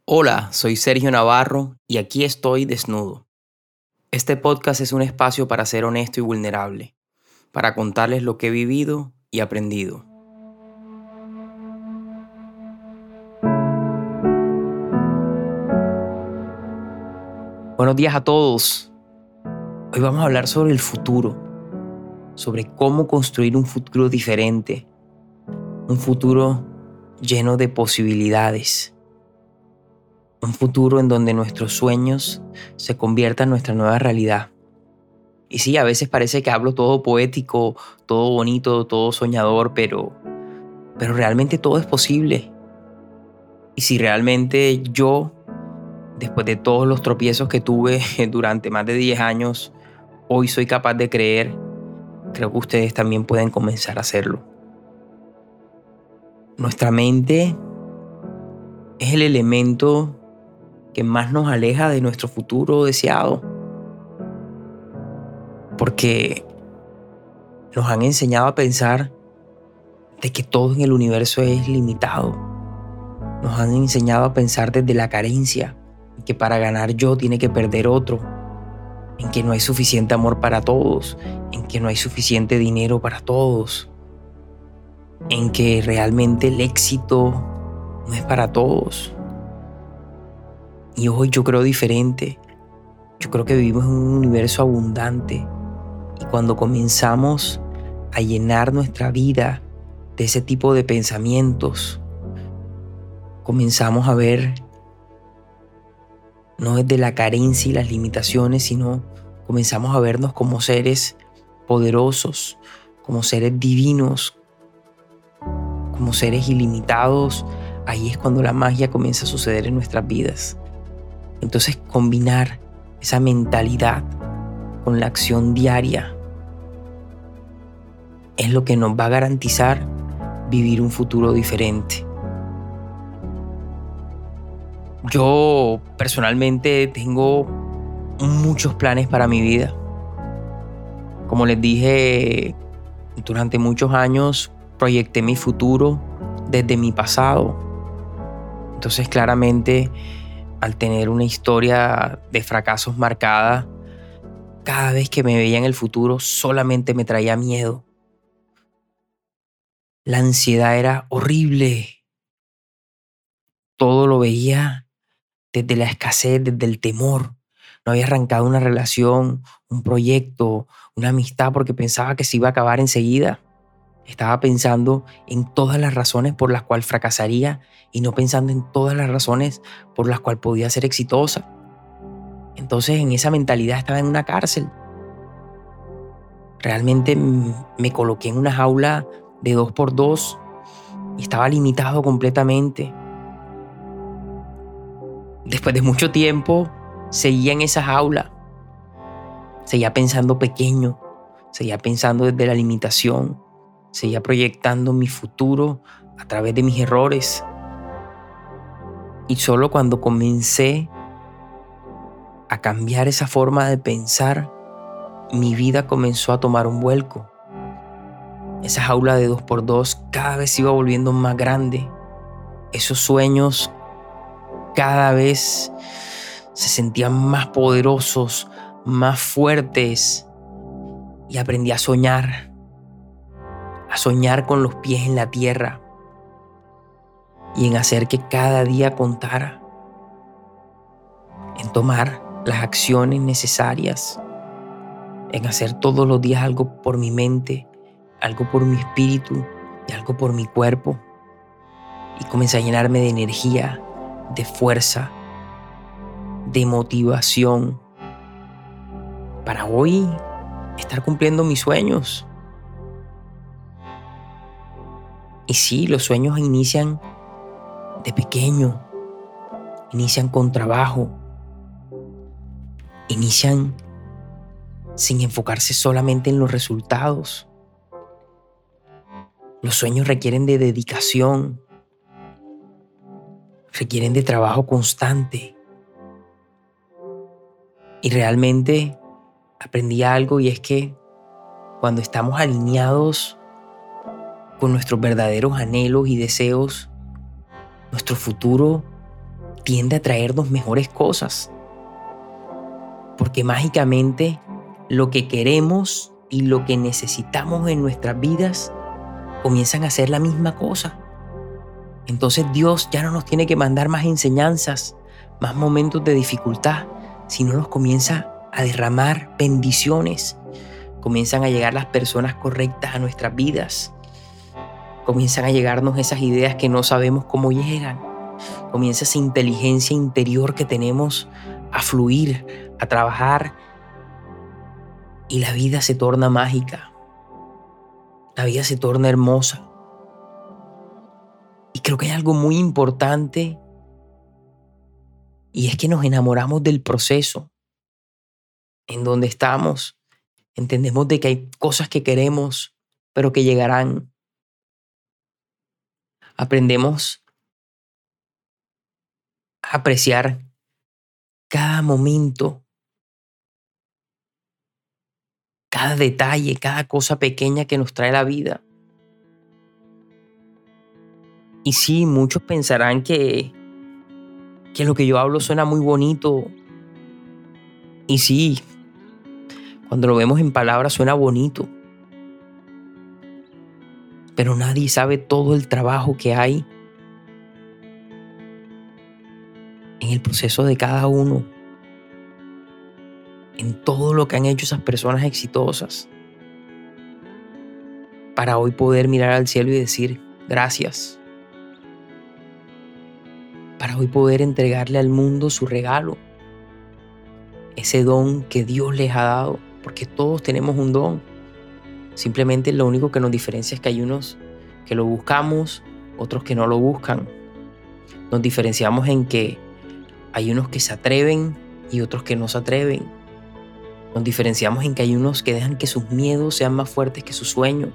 Hola, soy Sergio Navarro y aquí estoy desnudo. Este podcast es un espacio para ser honesto y vulnerable, para contarles lo que he vivido y aprendido. Buenos días a todos. Hoy vamos a hablar sobre el futuro, sobre cómo construir un futuro diferente, un futuro lleno de posibilidades, un futuro en donde nuestros sueños se conviertan en nuestra nueva realidad. Y sí, a veces parece que hablo todo poético, todo bonito, todo soñador, pero realmente todo es posible. Y si realmente yo, después de todos los tropiezos que tuve durante más de 10 años, hoy soy capaz de creer, creo que ustedes también pueden comenzar a hacerlo. Nuestra mente es el elemento que más nos aleja de nuestro futuro deseado, porque nos han enseñado a pensar de que todo en el universo es limitado. Nos han enseñado a pensar desde la carencia, en que para ganar yo tiene que perder otro, en que no hay suficiente amor para todos, en que no hay suficiente dinero para todos, en que realmente el éxito no es para todos. Y hoy yo creo diferente. Yo creo que vivimos en un universo abundante y cuando comenzamos a llenar nuestra vida de ese tipo de pensamientos, comenzamos a ver no desde la carencia y las limitaciones, sino comenzamos a vernos como seres poderosos, como seres divinos, como seres ilimitados. Ahí es cuando la magia comienza a suceder en nuestras vidas. Entonces, combinar esa mentalidad con la acción diaria es lo que nos va a garantizar vivir un futuro diferente. Yo personalmente tengo muchos planes para mi vida. Como les dije, durante muchos años proyecté mi futuro desde mi pasado. Entonces, claramente, al tener una historia de fracasos marcada, cada vez que me veía en el futuro solamente me traía miedo. La ansiedad era horrible. Todo lo veía desde la escasez, desde el temor. No había arrancado una relación, un proyecto, una amistad porque pensaba que se iba a acabar enseguida. Estaba pensando en todas las razones por las cuales fracasaría y no pensando en todas las razones por las cuales podía ser exitosa. Entonces, en esa mentalidad estaba en una cárcel. Realmente me coloqué en una jaula de 2x2 y estaba limitado completamente. Después de mucho tiempo, seguía en esa jaula. Seguía pensando pequeño, seguía pensando desde la limitación, seguía proyectando mi futuro a través de mis errores. Y solo cuando comencé a cambiar esa forma de pensar, mi vida comenzó a tomar un vuelco. Esa jaula de 2x2 cada vez se iba volviendo más grande. Esos sueños cada vez se sentían más poderosos, más fuertes. Y aprendí a soñar con los pies en la tierra y en hacer que cada día contara, en tomar las acciones necesarias, en hacer todos los días algo por mi mente, algo por mi espíritu y algo por mi cuerpo. Y comencé a llenarme de energía, de fuerza, de motivación para hoy estar cumpliendo mis sueños. Y sí, los sueños inician de pequeño, inician con trabajo, inician sin enfocarse solamente en los resultados. Los sueños requieren de dedicación, requieren de trabajo constante. Y realmente aprendí algo, y es que cuando estamos alineados con nuestros verdaderos anhelos y deseos, nuestro futuro tiende a traernos mejores cosas. Porque mágicamente lo que queremos y lo que necesitamos en nuestras vidas comienzan a ser la misma cosa. Entonces Dios ya no nos tiene que mandar más enseñanzas, más momentos de dificultad, sino nos comienza a derramar bendiciones. Comienzan a llegar las personas correctas a nuestras vidas. Comienzan a llegarnos esas ideas que no sabemos cómo llegan. Comienza esa inteligencia interior que tenemos a fluir, a trabajar, y la vida se torna mágica. La vida se torna hermosa. Y creo que hay algo muy importante, y es que nos enamoramos del proceso en donde estamos. Entendemos de que hay cosas que queremos, pero que llegarán. Aprendemos a apreciar cada momento, cada detalle, cada cosa pequeña que nos trae la vida. Y sí, muchos pensarán que lo que yo hablo suena muy bonito. Y sí, cuando lo vemos en palabras suena bonito. Pero nadie sabe todo el trabajo que hay en el proceso de cada uno, en todo lo que han hecho esas personas exitosas, para hoy poder mirar al cielo y decir gracias, para hoy poder entregarle al mundo su regalo, ese don que Dios les ha dado, porque todos tenemos un don. Simplemente lo único que nos diferencia es que hay unos que lo buscamos, otros que no lo buscan. Nos diferenciamos en que hay unos que se atreven y otros que no se atreven. Nos diferenciamos en que hay unos que dejan que sus miedos sean más fuertes que sus sueños.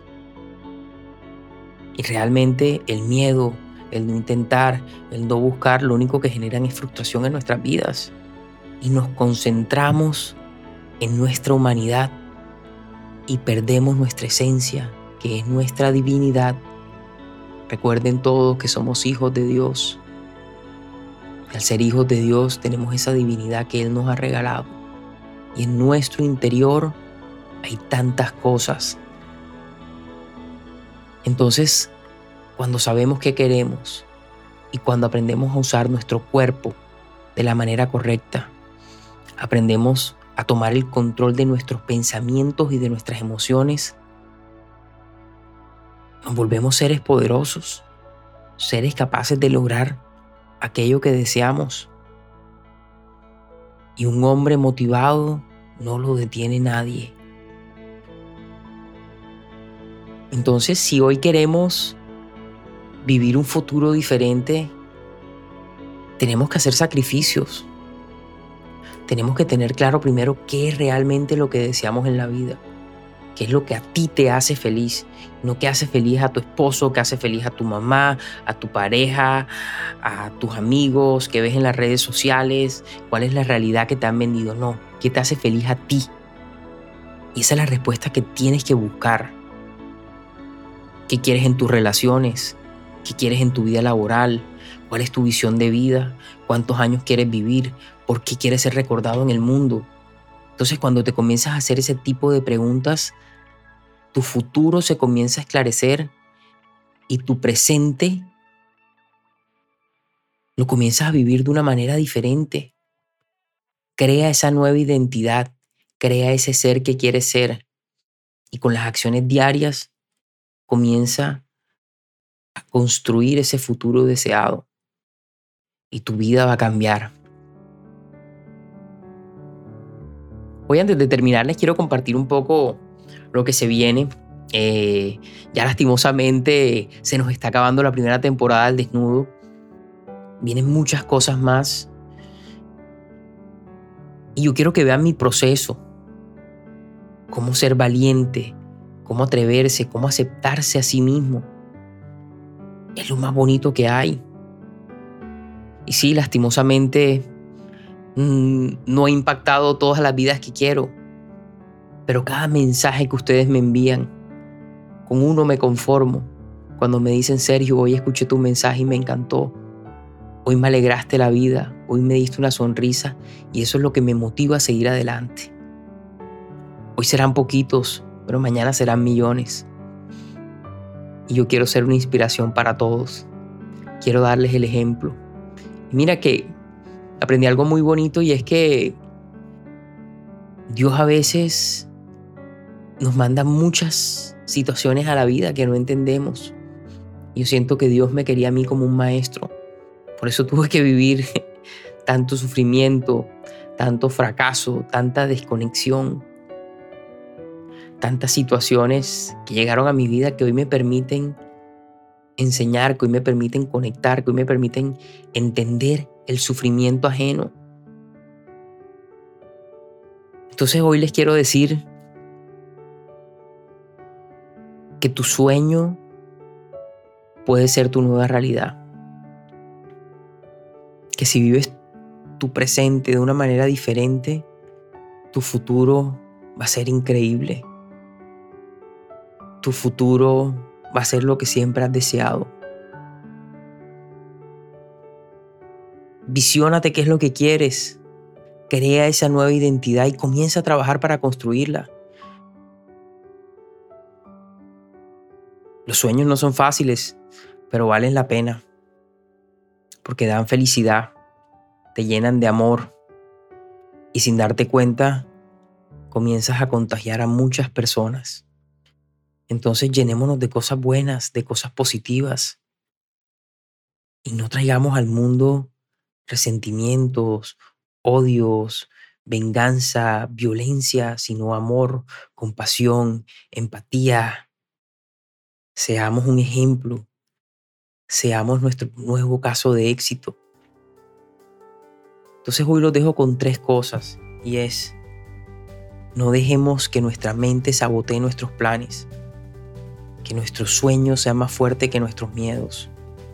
Y realmente el miedo, el no intentar, el no buscar, lo único que generan es frustración en nuestras vidas. Y nos concentramos en nuestra humanidad y perdemos nuestra esencia, que es nuestra divinidad. Recuerden todos que somos hijos de Dios. Al ser hijos de Dios tenemos esa divinidad que Él nos ha regalado. Y en nuestro interior hay tantas cosas. Entonces, cuando sabemos qué queremos y cuando aprendemos a usar nuestro cuerpo de la manera correcta, aprendemos a tomar el control de nuestros pensamientos y de nuestras emociones, nos volvemos seres poderosos, seres capaces de lograr aquello que deseamos. Y un hombre motivado no lo detiene nadie. Entonces, si hoy queremos vivir un futuro diferente, tenemos que hacer sacrificios. Tenemos que tener claro primero qué es realmente lo que deseamos en la vida. Qué es lo que a ti te hace feliz. No qué hace feliz a tu esposo, qué hace feliz a tu mamá, a tu pareja, a tus amigos que ves en las redes sociales. ¿Cuál es la realidad que te han vendido? No, ¿qué te hace feliz a ti? Y esa es la respuesta que tienes que buscar. ¿Qué quieres en tus relaciones? ¿Qué quieres en tu vida laboral? ¿Cuál es tu visión de vida? ¿Cuántos años quieres vivir? ¿Por qué quieres ser recordado en el mundo? Entonces, cuando te comienzas a hacer ese tipo de preguntas, tu futuro se comienza a esclarecer y tu presente lo comienzas a vivir de una manera diferente. Crea esa nueva identidad, crea ese ser que quieres ser y con las acciones diarias comienza a construir ese futuro deseado y tu vida va a cambiar. Hoy, antes de terminar, les quiero compartir un poco lo que se viene. Ya lastimosamente se nos está acabando la primera temporada del Desnudo. Vienen muchas cosas más. Y yo quiero que vean mi proceso. Cómo ser valiente, cómo atreverse, cómo aceptarse a sí mismo. Es lo más bonito que hay. Y sí, lastimosamente no he impactado todas las vidas que quiero. Pero cada mensaje que ustedes me envían, con uno me conformo. Cuando me dicen, Sergio, hoy escuché tu mensaje y me encantó. Hoy me alegraste la vida, hoy me diste una sonrisa y eso es lo que me motiva a seguir adelante. Hoy serán poquitos, pero mañana serán millones. Y yo quiero ser una inspiración para todos. Quiero darles el ejemplo. Y mira que aprendí algo muy bonito y es que Dios a veces nos manda muchas situaciones a la vida que no entendemos. Yo siento que Dios me quería a mí como un maestro. Por eso tuve que vivir tanto sufrimiento, tanto fracaso, tanta desconexión, tantas situaciones que llegaron a mi vida que hoy me permiten enseñar, que hoy me permiten conectar, que hoy me permiten entender el sufrimiento ajeno. Entonces hoy les quiero decir que tu sueño puede ser tu nueva realidad. Que si vives tu presente de una manera diferente, tu futuro va a ser increíble. Tu futuro va a ser lo que siempre has deseado. Visiónate qué es lo que quieres. Crea esa nueva identidad y comienza a trabajar para construirla. Los sueños no son fáciles, pero valen la pena. Porque dan felicidad, te llenan de amor y sin darte cuenta comienzas a contagiar a muchas personas. Entonces llenémonos de cosas buenas, de cosas positivas y no traigamos al mundo resentimientos, odios, venganza, violencia, sino amor, compasión, empatía. Seamos un ejemplo, seamos nuestro nuevo caso de éxito. Entonces hoy los dejo con 3 cosas y es: no dejemos que nuestra mente sabotee nuestros planes, que nuestro sueño sea más fuerte que nuestros miedos.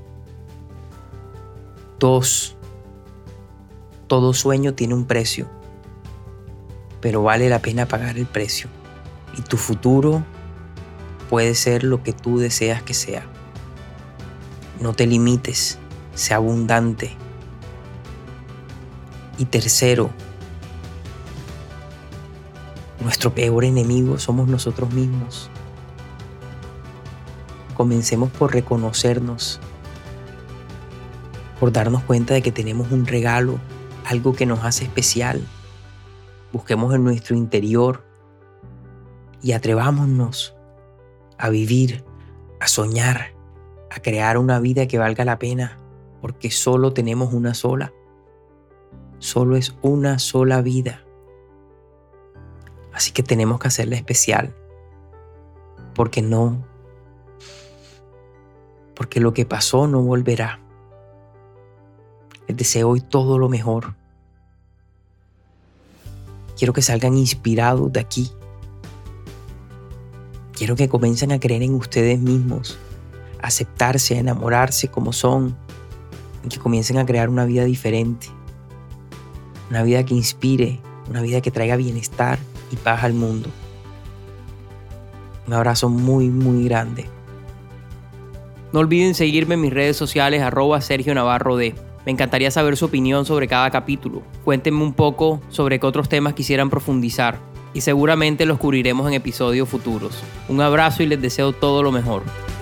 2, todo sueño tiene un precio, pero vale la pena pagar el precio. Y tu futuro puede ser lo que tú deseas que sea. No te limites, sé abundante. Y 3, nuestro peor enemigo somos nosotros mismos. Comencemos por reconocernos, por darnos cuenta de que tenemos un regalo, algo que nos hace especial. Busquemos en nuestro interior y atrevámonos a vivir, a soñar, a crear una vida que valga la pena, porque solo tenemos una sola. Solo es una sola vida. Así que tenemos que hacerla especial, porque lo que pasó no volverá. Les deseo hoy todo lo mejor. Quiero que salgan inspirados de aquí. Quiero que comiencen a creer en ustedes mismos, a aceptarse, a enamorarse como son, y que comiencen a crear una vida diferente. Una vida que inspire, una vida que traiga bienestar y paz al mundo. Un abrazo muy, muy grande. No olviden seguirme en mis redes sociales @SergioNavarroD. Me encantaría saber su opinión sobre cada capítulo. Cuéntenme un poco sobre qué otros temas quisieran profundizar y seguramente los cubriremos en episodios futuros. Un abrazo y les deseo todo lo mejor.